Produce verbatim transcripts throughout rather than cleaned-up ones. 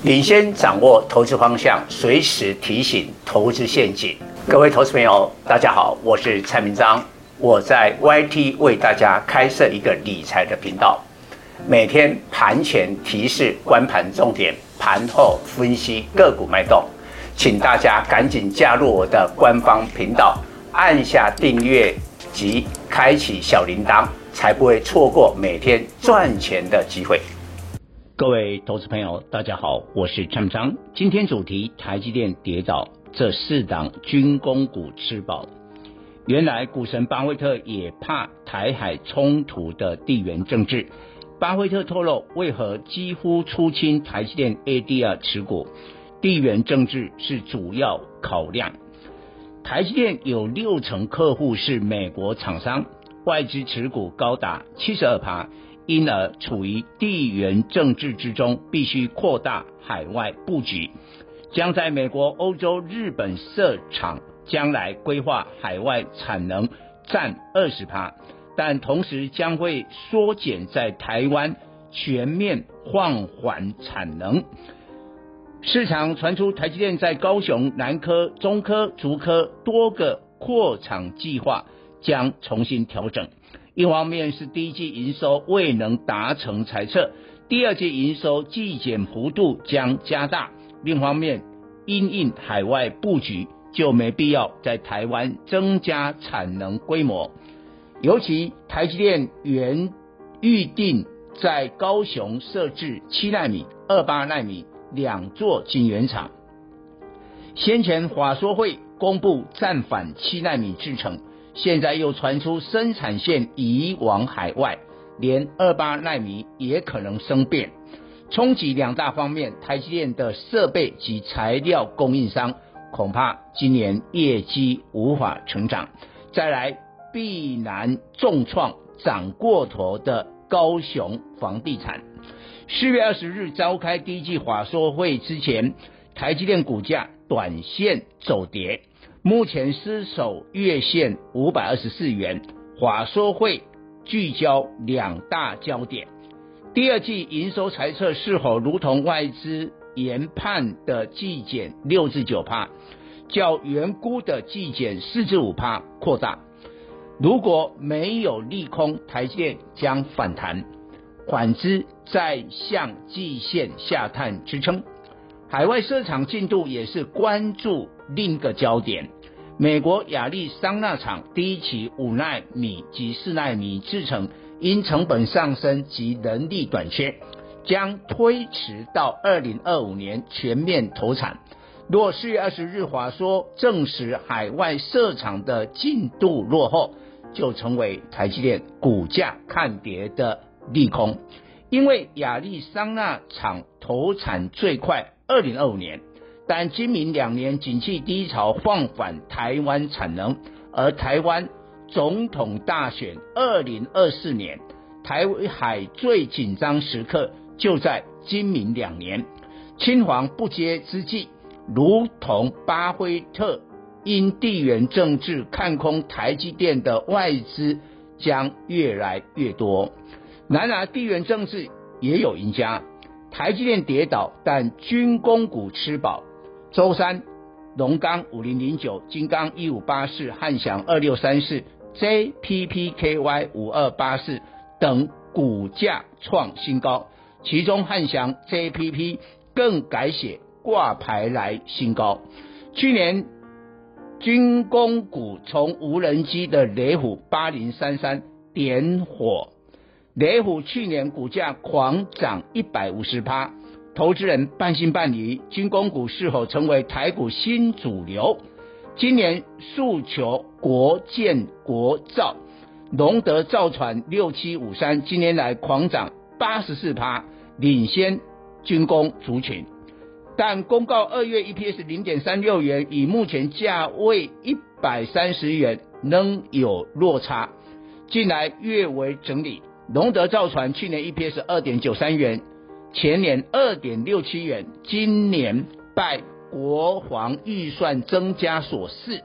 领先掌握投资方向，随时提醒投资陷阱。各位投资朋友，大家好，我是蔡明彰，我在 Y T 为大家开设一个理财的频道，每天盘前提示观盘重点，盘后分析个股脉动，请大家赶紧加入我的官方频道，按下订阅及开启小铃铛，才不会错过每天赚钱的机会。各位投资朋友，大家好，我是蔡明彰。今天主题：台积电跌倒，这四档军工股吃饱。原来股神巴菲特也怕台海冲突的地缘政治。巴菲特透露，为何几乎出清台积电 A D R 持股，地缘政治是主要考量。台积电有六成客户是美国厂商，外资持股高达 百分之七十二。因而处于地缘政治之中，必须扩大海外布局，将在美国、欧洲、日本设厂，将来规划海外产能占 百分之二十， 但同时将会缩减在台湾全面放缓产能。市场传出台积电在高雄、南科、中科、竹科多个扩厂计划将重新调整。一方面是第一季营收未能达成财测，第二季营收季减幅度将加大。另一方面，因应海外布局，就没必要在台湾增加产能规模。尤其台积电原预定在高雄设置七奈米、二八奈米两座晶圆厂，先前华硕会公布暂缓七奈米制程。现在又传出生产线移往海外，连二八奈米也可能生变，冲击两大方面，台积电的设备及材料供应商恐怕今年业绩无法成长。再来，必然重创涨过头的高雄房地产。四月二十日召开第一季华硕会之前，台积电股价短线走跌。目前失守月线五百二十四元，华硕会聚焦两大焦点。第二季营收财测是否如同外资研判的季减 百分之六至九， 较原估的季减 百分之四至五 扩大。如果没有利空，台积电将反弹，反之再向季线下探支撑。海外设厂进度也是关注另一个焦点。美国亚利桑那厂第一期五奈米及四奈米制程因成本上升及人力短缺，将推迟到二零二五年全面投产。若四月二十日华硕证实海外设厂的进度落后，就成为台积电股价看跌的利空。因为亚利桑那厂投产最快二零二五年，但今明两年景气低潮放缓台湾产能，而台湾总统大选二零二四年，台海最紧张时刻就在今明两年。青黄不接之际，如同巴菲特因地缘政治看空台积电的外资将越来越多。然而地缘政治也有赢家，台积电跌倒，但军工股吃饱。周三，龙钢五零零九、金刚一五八四、汉翔二六三四、J P P K Y 五二八四等股价创新高，其中汉翔 J P P 更改写挂牌来新高。去年军工股从无人机的雷虎八零三三点火，雷虎去年股价狂涨 百分之一百五十，投资人半信半疑，军工股是否成为台股新主流？今年诉求国建国造，龙德造船六七五三今年来狂涨 百分之八十四， 领先军工族群。但公告二月 E P S 零点三六元，以目前价位一百三十元仍有落差，近来略为整理。龙德造船去年 E P S 二点九三元，前年 二点六七元，今年拜国防预算增加所赐，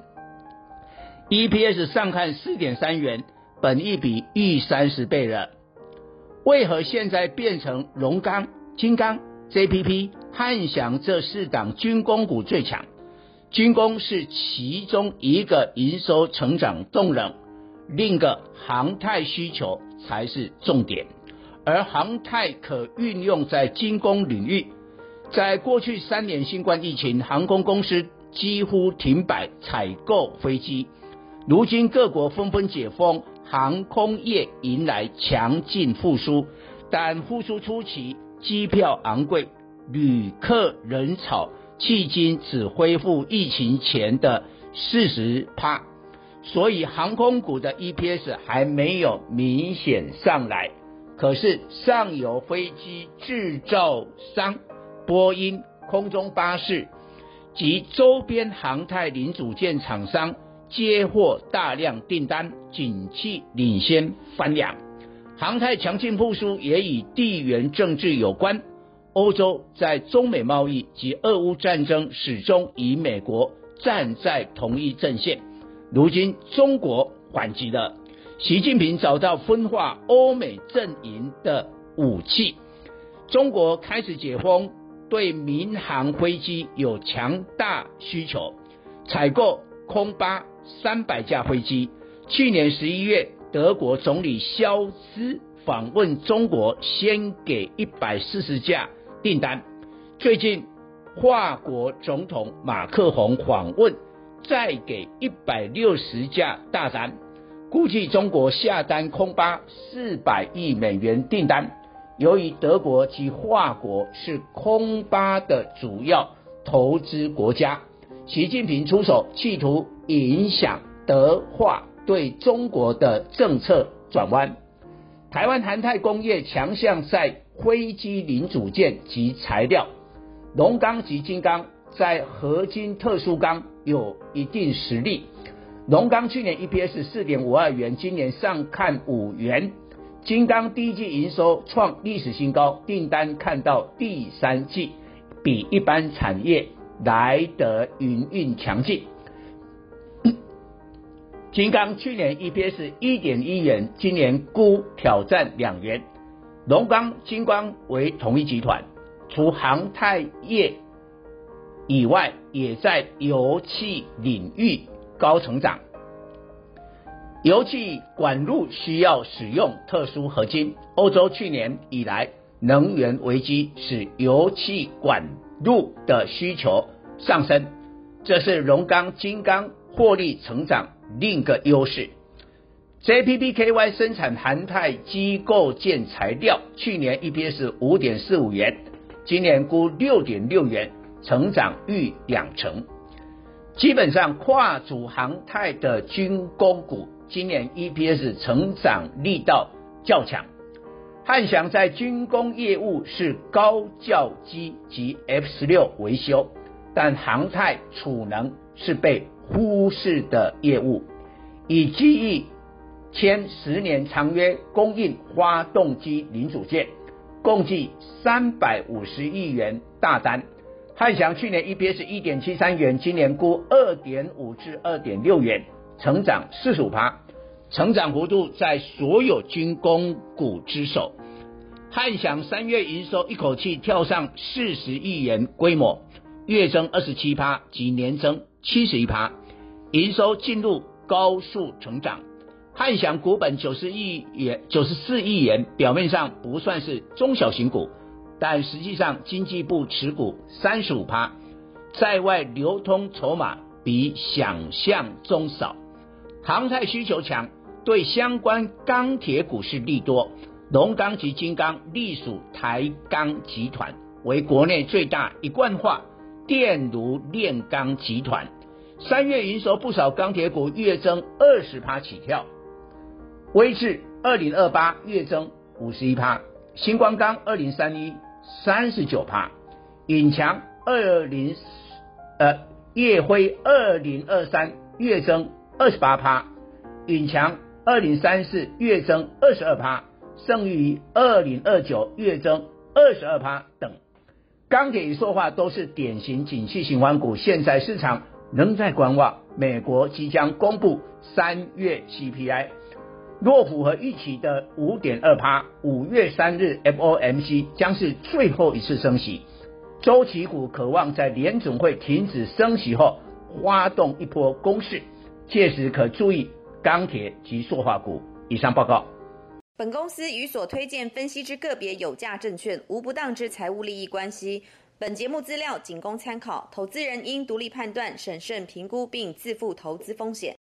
E P S 上看 四点三元，本益比逾三十倍了。为何现在变成龙钢、金刚、J P P 汉翔这四档军工股最强，军工是其中一个营收成长动能，另一个航太需求才是重点，而航太可运用在军工领域。在过去三年新冠疫情，航空公司几乎停摆采购飞机，如今各国纷纷解封，航空业迎来强劲复苏，但复苏初期机票昂贵，旅客人潮迄今只恢复疫情前的 百分之四十， 所以航空股的 E P S 还没有明显上来。可是上游飞机制造商波音、空中巴士及周边航太零组件厂商接获大量订单，景气领先翻扬。航太强劲复苏也与地缘政治有关，欧洲在中美贸易及俄乌战争始终与美国站在同一阵线，如今中国反击了，习近平找到分化欧美阵营的武器，中国开始解封，对民航飞机有强大需求，采购空巴三百架飞机。去年十一月，德国总理肖兹访问中国，先给一百四十架订单。最近法国总统马克宏访问，再给一百六十架大单，估计中国下单空巴四百亿美元订单。由于德国及法国是空巴的主要投资国家，习近平出手，企图影响德法对中国的政策转弯。台湾航太工业强项在飞机零组件及材料，龙钢及金刚在合金特殊钢有一定实力。龙钢去年 E P S 四点五二元，今年上看五元。金刚第一季营收创历史新高，订单看到第三季比一般产业来得营运强劲。金刚去年 E P S 一点一元，今年估挑战两元。龙钢、金刚为同一集团，除航太业以外，也在油气领域高成长。油气管路需要使用特殊合金，欧洲去年以来能源危机使油气管路的需求上升，这是龙钢、金刚获利成长另一个优势。J P P K Y 生产航太机构件材料，去年 E P S 五点四五元，今年估六点六元，成长逾两成。基本上跨组航太的军工股今年 E P S 成长力道较强。汉翔在军工业务是高教机及 F 十六 维修，但航太储能是被忽视的业务。以机翼签十年长约供应发动机零组件，共计三百五十亿元大单。汉翔去年 E P S 一点七三元，今年估 二点五至二点六元，成长 百分之四十五， 成长幅度在所有军工股之首。汉翔三月营收一口气跳上四十亿元规模，月增 二十七， 及年增 百分之七十一， 营收进入高速成长。汉翔股本九十亿元九十四亿元，表面上不算是中小型股，但实际上经济部持股 百分之三十五， 在外流通筹码比想象中少。航太需求强，对相关钢铁股是利多。龙钢及金刚隶属台钢集团，为国内最大一贯化电炉炼钢集团。三月营收不少钢铁股月增 百分之二十 起跳，威致二零二八月增 百分之五十一， 新光钢二零三一 三十九， 允强二零呃业辉二零二三月增 百分之二十八， 允强二零三四月增 百分之二十二， 剩余二零二九月增 百分之二十二 等。钢铁与塑化都是典型景气循环股，现在市场仍在观望美国即将公布三月 C P I， 若符合预期的 百分之五点二， 五月三日 F O M C 将是最后一次升息。 周期股渴望在联准会停止升息后发动一波攻势，届时可注意钢铁及塑化股。以上报告。 本公司与所推荐分析之个别有价证券无不当之财务利益关系。本节目资料仅供参考，投资人应独立判断、审慎评估并自负投资风险。